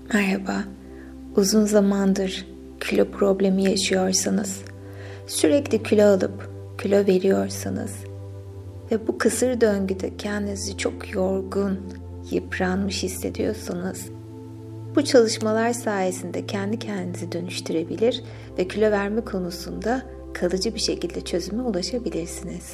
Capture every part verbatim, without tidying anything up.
Merhaba, uzun zamandır kilo problemi yaşıyorsanız, sürekli kilo alıp kilo veriyorsanız ve bu kısır döngüde kendinizi çok yorgun, yıpranmış hissediyorsanız, bu çalışmalar sayesinde kendi kendinizi dönüştürebilir ve kilo verme konusunda kalıcı bir şekilde çözüme ulaşabilirsiniz.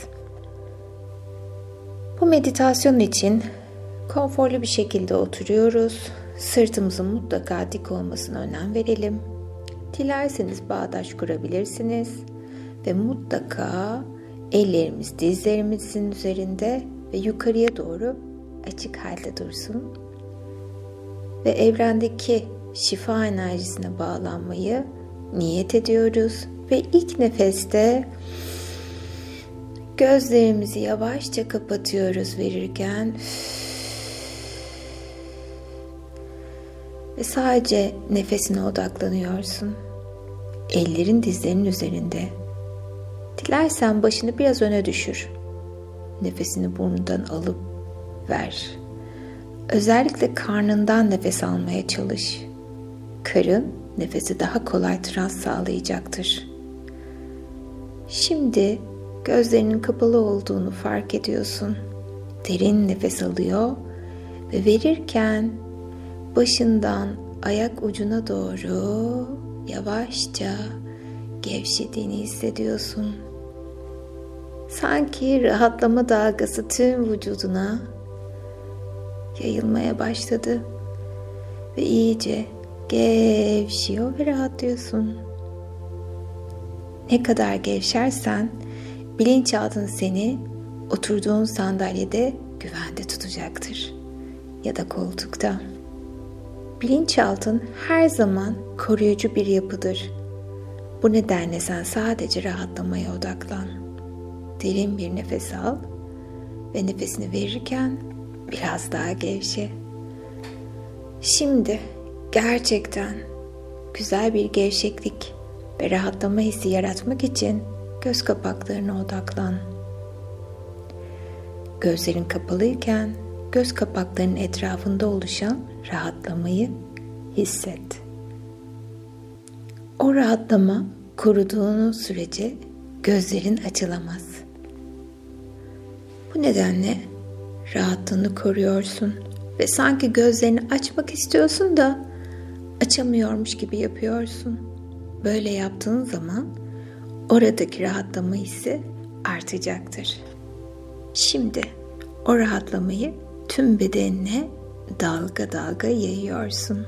Bu meditasyon için konforlu bir şekilde oturuyoruz. Sırtımızın mutlaka dik olmasına önem verelim. Dilerseniz bağdaş kurabilirsiniz ve mutlaka ellerimiz dizlerimizin üzerinde ve yukarıya doğru açık halde dursun. Ve evrendeki şifa enerjisine bağlanmayı niyet ediyoruz ve ilk nefeste gözlerimizi yavaşça kapatıyoruz verirken ve sadece nefesine odaklanıyorsun. Ellerin dizlerinin üzerinde. Dilersen başını biraz öne düşür. Nefesini burnundan alıp ver. Özellikle karnından nefes almaya çalış. Karın nefesi daha kolay trans sağlayacaktır. Şimdi gözlerinin kapalı olduğunu fark ediyorsun. Derin nefes alıyor ve verirken başından ayak ucuna doğru yavaşça gevşediğini hissediyorsun. Sanki rahatlama dalgası tüm vücuduna yayılmaya başladı ve iyice gevşiyor ve rahatlıyorsun. Ne kadar gevşersen bilinçaltın seni oturduğun sandalyede güvende tutacaktır ya da koltukta. Bilinçaltın her zaman koruyucu bir yapıdır. Bu nedenle sen sadece rahatlamaya odaklan. Derin bir nefes al ve nefesini verirken biraz daha gevşe. Şimdi gerçekten güzel bir gevşeklik ve rahatlama hissi yaratmak için göz kapaklarına odaklan. Gözlerin kapalıyken göz kapaklarının etrafında oluşan rahatlamayı hisset. O rahatlama kuruduğunuz sürece gözlerin açılamaz. Bu nedenle rahatlığını koruyorsun ve sanki gözlerini açmak istiyorsun da açamıyormuş gibi yapıyorsun. Böyle yaptığın zaman oradaki rahatlama hissi artacaktır. Şimdi o rahatlamayı tüm bedenine dalga dalga yayıyorsun.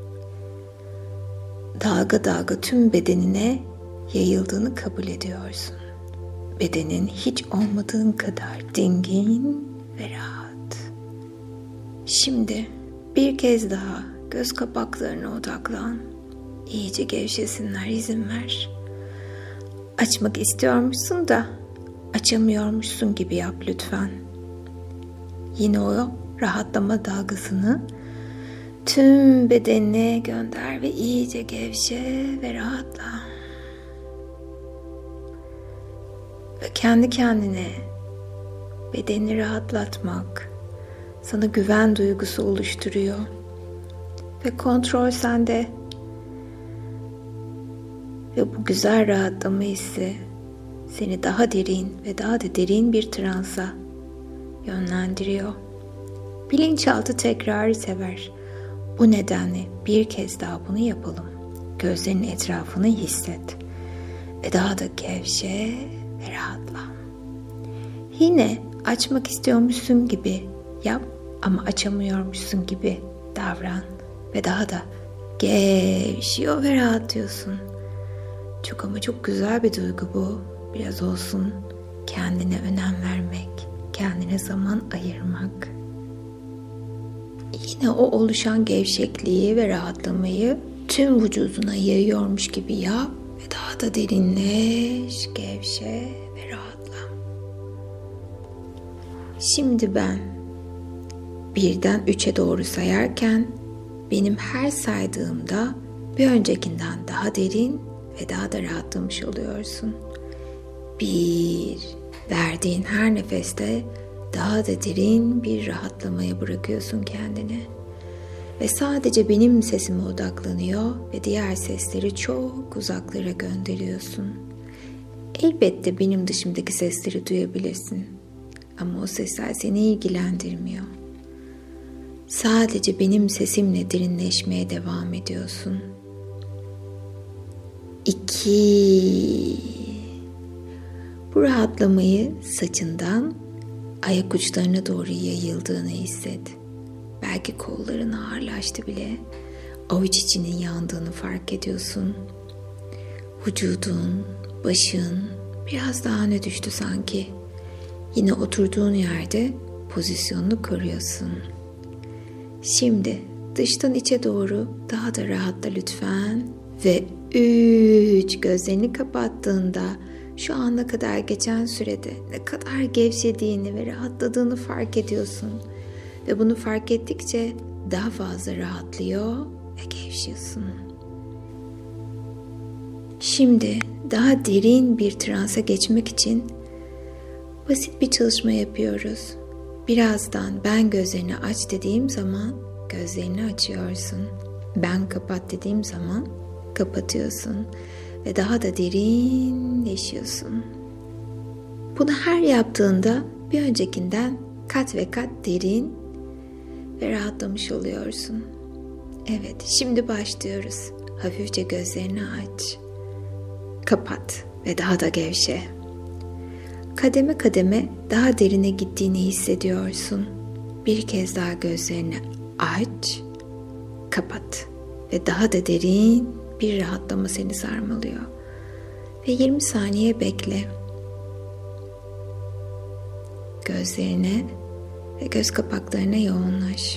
Dalga dalga tüm bedenine yayıldığını kabul ediyorsun. Bedenin hiç olmadığın kadar dingin ve rahat. Şimdi bir kez daha göz kapaklarına odaklan. İyice gevşesinler, izin ver. Açmak istiyormuşsun da açamıyormuşsun gibi yap lütfen. Yine o rahatlama dalgasını tüm bedenine gönder ve iyice gevşe ve rahatla. Ve kendi kendine bedeni rahatlatmak sana güven duygusu oluşturuyor. Ve kontrol sende. Ve bu güzel rahatlama hissi seni daha derin ve daha da derin bir transa yönlendiriyor. Bilinçaltı tekrarı sever. Bu nedenle bir kez daha bunu yapalım. Gözlerinin etrafını hisset. Ve daha da gevşe ve rahatla. Yine açmak istiyormuşsun gibi yap ama açamıyormuşsun gibi davran. Ve daha da gevşiyor ve rahatlıyorsun. Çok ama çok güzel bir duygu bu. Biraz olsun kendine önem vermek, kendine zaman ayırmak. Yine o oluşan gevşekliği ve rahatlamayı tüm vücuduna yayıyormuş gibi yap ve daha da derinleş, gevşe ve rahatla. Şimdi ben birden üçe doğru sayarken benim her saydığımda bir öncekinden daha derin ve daha da rahatlamış oluyorsun. Bir, verdiğin her nefeste daha da derin bir rahatlamaya bırakıyorsun kendini. ve sadece benim sesime odaklanıyor ve diğer sesleri çok uzaklara gönderiyorsun. Elbette benim dışımdaki sesleri duyabilirsin ama o sesler seni ilgilendirmiyor. Sadece benim sesimle derinleşmeye devam ediyorsun. İki. Bu rahatlamayı saçından ayak uçlarına doğru yayıldığını hisset. Belki kolların ağırlaştı bile. Avuç içinin yandığını fark ediyorsun. Vücudun, başın biraz daha öne düştü sanki. Yine oturduğun yerde pozisyonunu koruyorsun. Şimdi dıştan içe doğru daha da rahatla lütfen. Ve üç, gözlerini kapattığında şu ana kadar geçen sürede ne kadar gevşediğini ve rahatladığını fark ediyorsun. Ve bunu fark ettikçe daha fazla rahatlıyor ve gevşiyorsun. Şimdi daha derin bir transa geçmek için basit bir çalışma yapıyoruz. Birazdan ben gözlerini aç dediğim zaman gözlerini açıyorsun. Ben kapat dediğim zaman kapatıyorsun ve daha da derinleşiyorsun. Bunu her yaptığında bir öncekinden kat ve kat derin ve rahatlamış oluyorsun. Evet, şimdi başlıyoruz. Hafifçe gözlerini aç. Kapat ve daha da gevşe. Kademe kademe daha derine gittiğini hissediyorsun. Bir kez daha gözlerini aç, kapat ve daha da derin bir rahatlama seni sarmalıyor. Ve yirmi saniye bekle. Gözlerine ve göz kapaklarına yoğunlaş.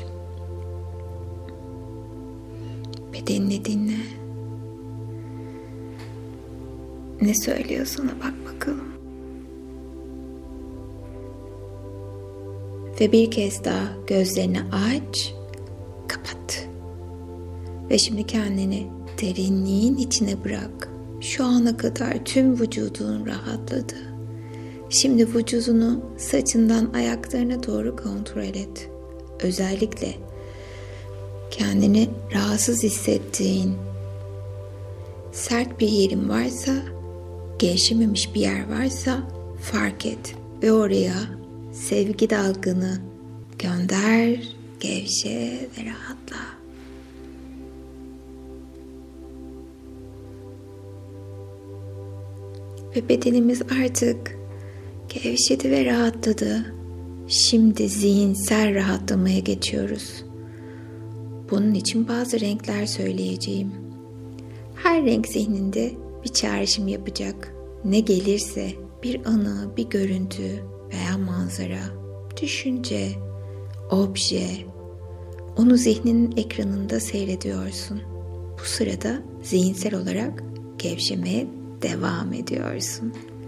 Bedenini dinle. Ne söylüyor sana bak bakalım. Ve bir kez daha gözlerini aç, kapat. Ve şimdi kendini derinliğin içine bırak. Şu ana kadar tüm vücudun rahatladı. Şimdi vücudunu saçından ayaklarına doğru kontrol et. Özellikle kendini rahatsız hissettiğin sert bir yerin varsa, gevşememiş bir yer varsa fark et ve oraya sevgi dalgını gönder, gevşe ve rahatla. Ve bedenimiz artık gevşedi ve rahatladı. Şimdi zihinsel rahatlamaya geçiyoruz. Bunun için bazı renkler söyleyeceğim. Her renk zihninde bir çağrışım yapacak. Ne gelirse bir anı, bir görüntü veya manzara, düşünce, obje, onu zihninin ekranında seyrediyorsun. Bu sırada zihinsel olarak gevşemeye devam ediyorsun.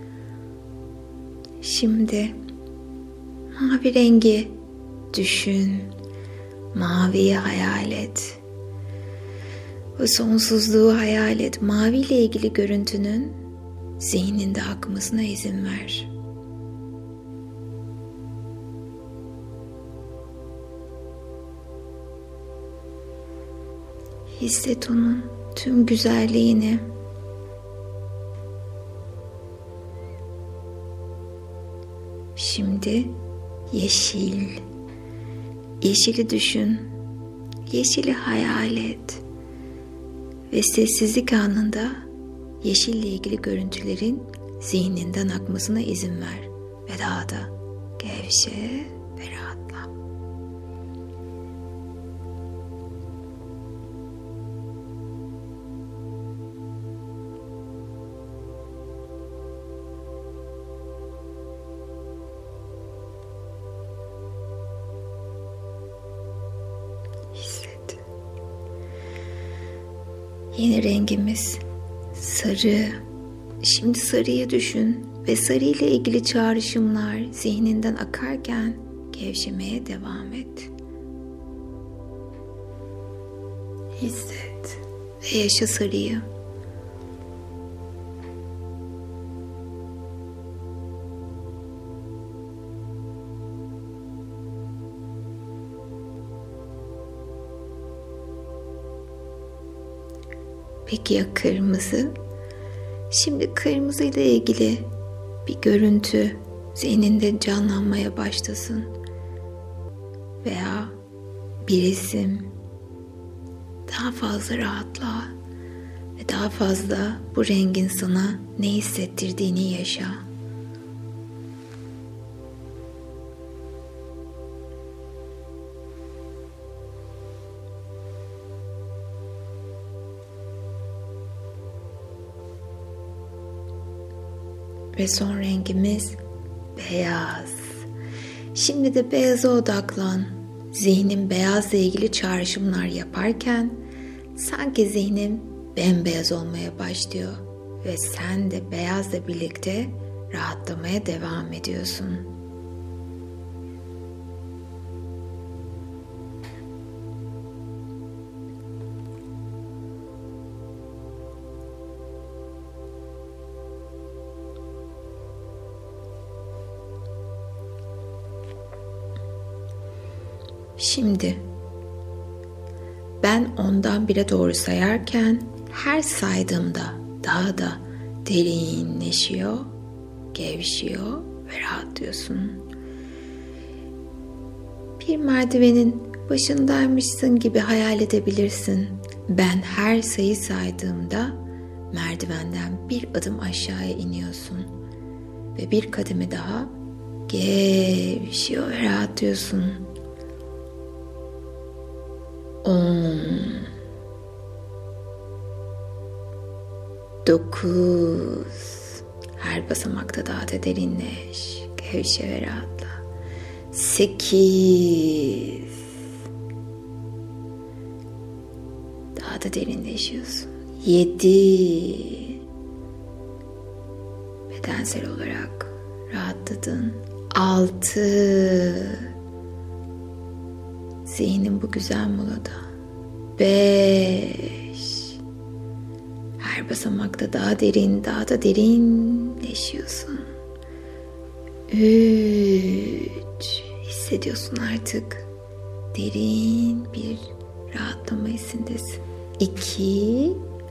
Şimdi mavi rengi düşün, maviyi hayal et. O sonsuzluğu hayal et. Mavi ile ilgili görüntünün zihninde akmasına izin ver. Hisset onun tüm güzelliğini. Şimdi yeşil. Yeşili düşün. Yeşili hayal et. Ve sessizlik anında yeşille ilgili görüntülerin zihninden akmasına izin ver. Ve daha da gevşe ve rahatla. Hisset. Yeni rengimiz sarı. Şimdi sarıyı düşün ve sarı ile ilgili çağrışımlar zihninden akarken gevşemeye devam et. Hisset ve yaşa sarıyı. Peki ya kırmızı? Şimdi kırmızı ile ilgili bir görüntü zihninde canlanmaya başlasın. Veya bir isim. Daha fazla rahatla ve daha fazla bu rengin sana ne hissettirdiğini yaşa. Ve son rengimiz beyaz. Şimdi de beyaza odaklan. Zihnin beyazla ilgili çağrışımlar yaparken sanki zihnin bembeyaz olmaya başlıyor ve sen de beyazla birlikte rahatlamaya devam ediyorsun. Şimdi ben ondan bire doğru sayarken her saydığımda daha da derinleşiyor, gevşiyor ve rahatlıyorsun. Bir merdivenin başındaymışsın gibi hayal edebilirsin. Ben her sayı saydığımda merdivenden bir adım aşağıya iniyorsun ve bir kademe daha gevşiyor ve rahatlıyorsun. On, dokuz, her basamakta daha da derinleş, gevşe ve rahatla. Sekiz, daha da derinleşiyorsun. Yedi, bedensel olarak rahatladın. Altı, zihnin bu güzel molada. Beş. Her basamakta daha derin, daha da derinleşiyorsun. Üç. Hissediyorsun artık. Derin bir rahatlama hissindesin. İki.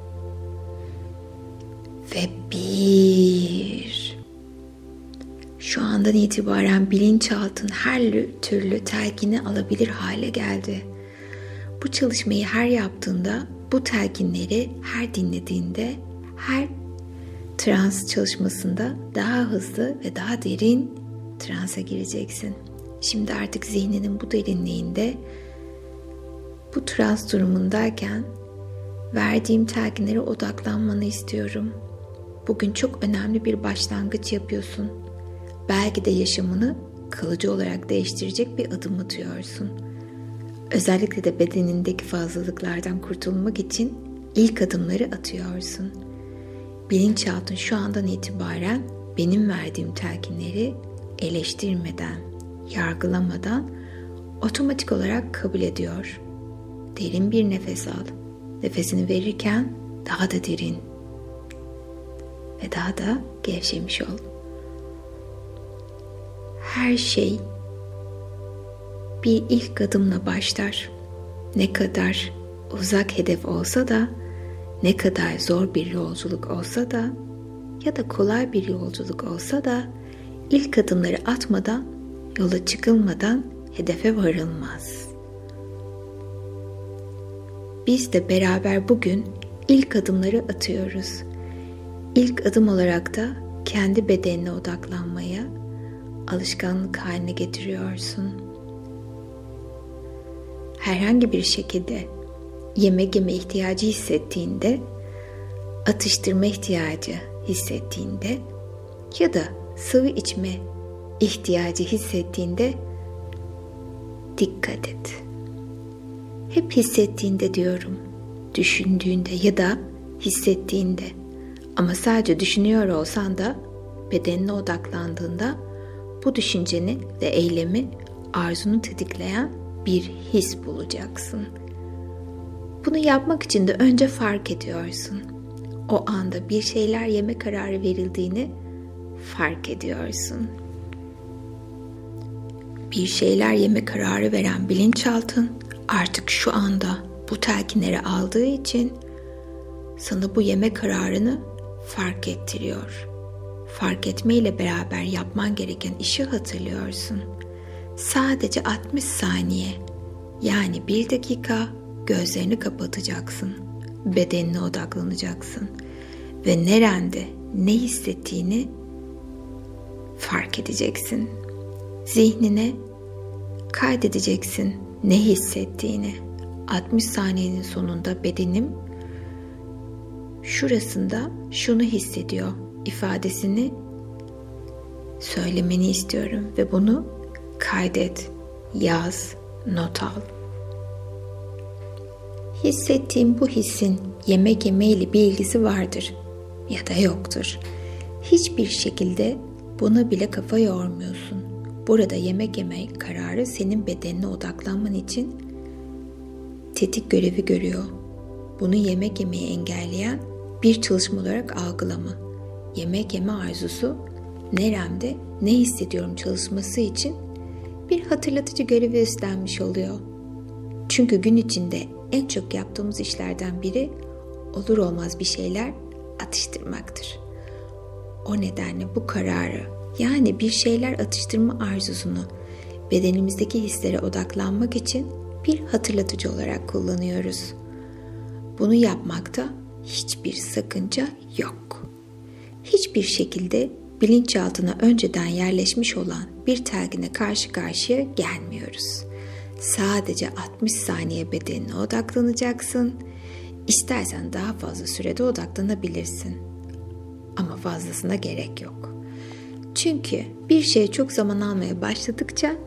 Ve bir. Şu andan itibaren bilinçaltın her türlü telkini alabilir hale geldi. Bu çalışmayı her yaptığında, bu telkinleri her dinlediğinde, her trans çalışmasında daha hızlı ve daha derin transa gireceksin. Şimdi artık zihninin bu derinliğinde, bu trans durumundayken verdiğim telkinlere odaklanmanı istiyorum. Bugün çok önemli bir başlangıç yapıyorsun. Belki de yaşamını kalıcı olarak değiştirecek bir adım atıyorsun. Özellikle de bedenindeki fazlalıklardan kurtulmak için ilk adımları atıyorsun. Bilinçaltın şu andan itibaren benim verdiğim telkinleri eleştirmeden, yargılamadan otomatik olarak kabul ediyor. Derin bir nefes al. Nefesini verirken daha da derin ve daha da gevşemiş ol. Her şey bir ilk adımla başlar. Ne kadar uzak hedef olsa da, ne kadar zor bir yolculuk olsa da ya da kolay bir yolculuk olsa da ilk adımları atmadan, yola çıkılmadan hedefe varılmaz. Biz de beraber bugün ilk adımları atıyoruz. İlk adım olarak da kendi bedenine odaklanmaya alışkanlık haline getiriyorsun. Herhangi bir şekilde yemek yeme ihtiyacı hissettiğinde, atıştırma ihtiyacı hissettiğinde ya da sıvı içme ihtiyacı hissettiğinde dikkat et. Hep hissettiğinde diyorum, düşündüğünde ya da hissettiğinde. Ama sadece düşünüyor olsan da bedenine odaklandığında bu düşünceni ve eylemi, arzunu tetikleyen bir his bulacaksın. Bunu yapmak için de önce fark ediyorsun. O anda bir şeyler yeme kararı verildiğini fark ediyorsun. Bir şeyler yeme kararı veren bilinçaltın artık şu anda bu telkinleri aldığı için sana bu yeme kararını fark ettiriyor. Fark etmeyle beraber yapman gereken işi hatırlıyorsun. Sadece altmış saniye, yani bir dakika gözlerini kapatacaksın. Bedenine odaklanacaksın. Ve nerende ne hissettiğini fark edeceksin. Zihnine kaydedeceksin ne hissettiğini. altmış saniyenin sonunda bedenim şurasında şunu hissediyor ifadesini söylemeni istiyorum ve bunu kaydet, yaz, not al. Hissettiğim bu hissin yemek yemeyle bir ilgisi vardır ya da yoktur. Hiçbir şekilde buna bile kafa yormuyorsun. Burada yemek yeme kararı senin bedenine odaklanman için tetik görevi görüyor. Bunu yemek yemeyi engelleyen bir çalışma olarak algılama. Yemek yeme arzusu neremde ne hissediyorum çalışması için bir hatırlatıcı görevi üstlenmiş oluyor. Çünkü gün içinde en çok yaptığımız işlerden biri olur olmaz bir şeyler atıştırmaktır. O nedenle bu kararı, yani bir şeyler atıştırma arzusunu bedenimizdeki hislere odaklanmak için bir hatırlatıcı olarak kullanıyoruz. Bunu yapmakta hiçbir sakınca yok. Hiçbir şekilde bilinçaltına önceden yerleşmiş olan bir telkine karşı karşıya gelmiyoruz. Sadece altmış saniye bedenine odaklanacaksın. İstersen daha fazla sürede odaklanabilirsin. Ama fazlasına gerek yok. Çünkü bir şey çok zaman almaya başladıkça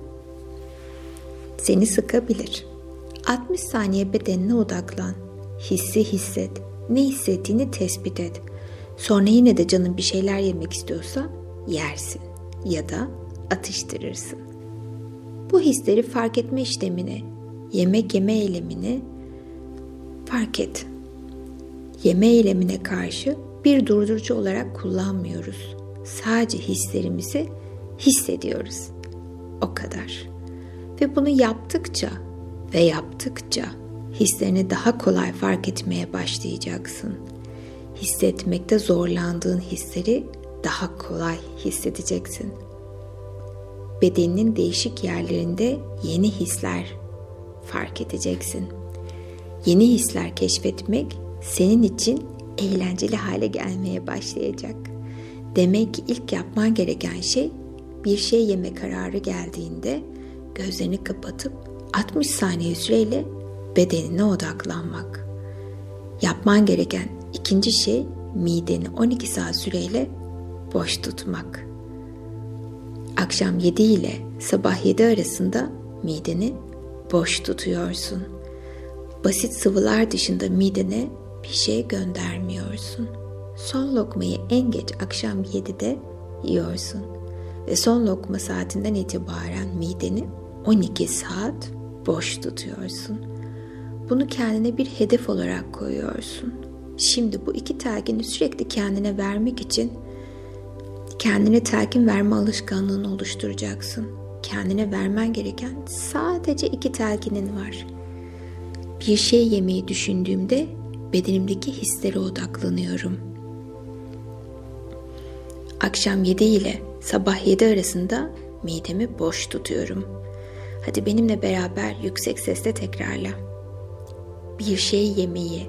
seni sıkabilir. altmış saniye bedenine odaklan. Hissi hisset. Ne hissettiğini tespit et. Sonra yine de canın bir şeyler yemek istiyorsa yersin ya da atıştırırsın. Bu hisleri fark etme işlemini, yemek yeme eylemini fark et. Yeme eylemine karşı bir durdurucu olarak kullanmıyoruz. Sadece hislerimizi hissediyoruz. O kadar. Ve bunu yaptıkça ve yaptıkça hislerini daha kolay fark etmeye başlayacaksın. Hissetmekte zorlandığın hisleri daha kolay hissedeceksin. Bedeninin değişik yerlerinde yeni hisler fark edeceksin. Yeni hisler keşfetmek senin için eğlenceli hale gelmeye başlayacak. Demek ki ilk yapman gereken şey bir şey yeme kararı geldiğinde gözlerini kapatıp altmış saniye süreyle bedenine odaklanmak. Yapman gereken ikinci şey mideni on iki saat süreyle boş tutmak. Akşam yedi ile sabah yedi arasında mideni boş tutuyorsun. Basit sıvılar dışında midene bir şey göndermiyorsun. Son lokmayı en geç akşam yedide yiyorsun. Ve son lokma saatinden itibaren mideni on iki saat boş tutuyorsun. Bunu kendine bir hedef olarak koyuyorsun. Şimdi bu iki telkini sürekli kendine vermek için kendine telkin verme alışkanlığını oluşturacaksın. Kendine vermen gereken sadece iki telkinin var. Bir şey yemeyi düşündüğümde bedenimdeki hislere odaklanıyorum. Akşam yedi ile sabah yedi arasında midemi boş tutuyorum. Hadi benimle beraber yüksek sesle tekrarla. Bir şey yemeyi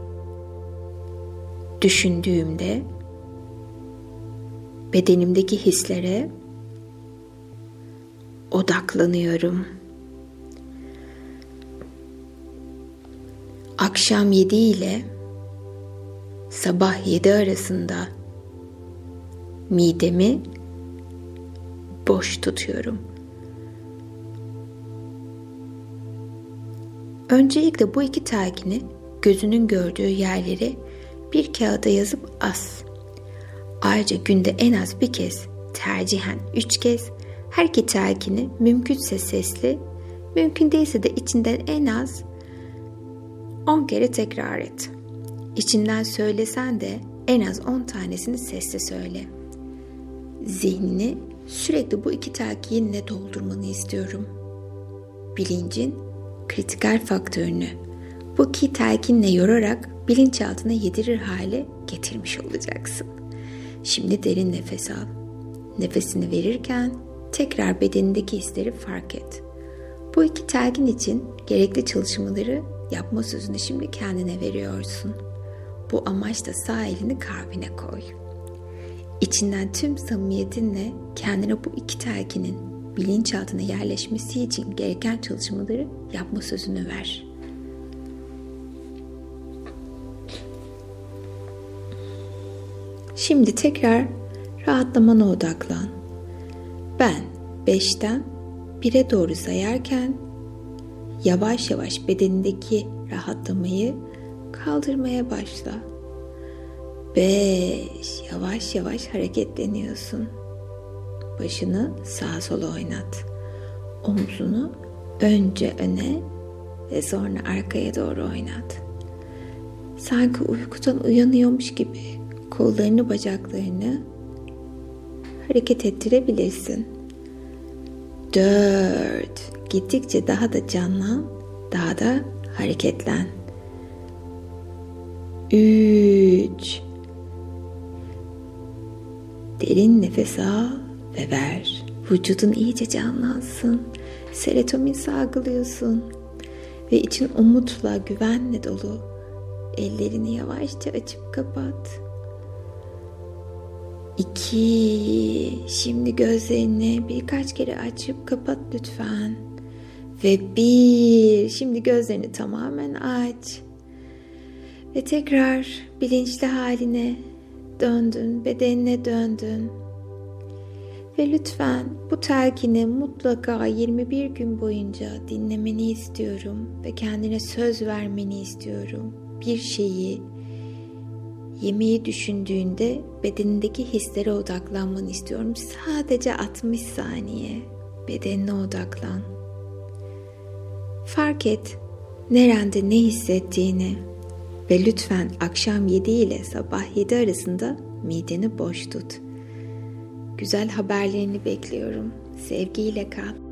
düşündüğümde bedenimdeki hislere odaklanıyorum. Akşam yedi ile sabah yedi arasında midemi boş tutuyorum. Öncelikle bu iki telkini gözünün gördüğü yerleri bir kağıda yazıp as. Ayrıca günde en az bir kez, tercihen üç kez her iki telkini mümkünse sesli, mümkün değilse de içinden en az on kere tekrar et. İçinden söylesen de en az on tanesini sesli söyle. Zihnini sürekli bu iki telkinle doldurmanı istiyorum. Bilincin kritikal faktörünü bu iki telkinle yorarak bilinçaltına yedirir hale getirmiş olacaksın. Şimdi derin nefes al. Nefesini verirken tekrar bedenindeki hisleri fark et. Bu iki telkin için gerekli çalışmaları yapma sözünü şimdi kendine veriyorsun. Bu amaçla sağ elini kalbine koy. İçinden tüm samimiyetinle kendine bu iki telkinin bilinçaltına yerleşmesi için gereken çalışmaları yapma sözünü ver. Şimdi tekrar rahatlamana odaklan. Ben beşten bire doğru sayarken yavaş yavaş bedenindeki rahatlamayı kaldırmaya başla. beş. Yavaş yavaş hareketleniyorsun. Başını sağa sola oynat. Omzunu önce öne ve sonra arkaya doğru oynat. Sanki uykudan uyanıyormuş gibi kollarını, bacaklarını hareket ettirebilirsin. Dört. Gittikçe daha da canlan, daha da hareketlen. Üç. Derin nefes al ve ver. Vücudun iyice canlansın. Serotonin salgılıyorsun. Ve için umutla, güvenle dolu. Ellerini yavaşça açıp kapat. İki. Şimdi gözlerini birkaç kere açıp kapat lütfen. Ve bir. Şimdi gözlerini tamamen aç. Ve tekrar bilinçli haline döndün, bedenine döndün. Ve lütfen bu telkini mutlaka yirmi bir gün boyunca dinlemeni istiyorum ve kendine söz vermeni istiyorum. Bir şeyi yemeği düşündüğünde bedenindeki hislere odaklanmanı istiyorum. Sadece altmış saniye bedenine odaklan. Fark et nerede ne hissettiğini ve lütfen akşam yedi ile sabah yedi arasında mideni boş tut. Güzel haberlerini bekliyorum. Sevgiyle kal.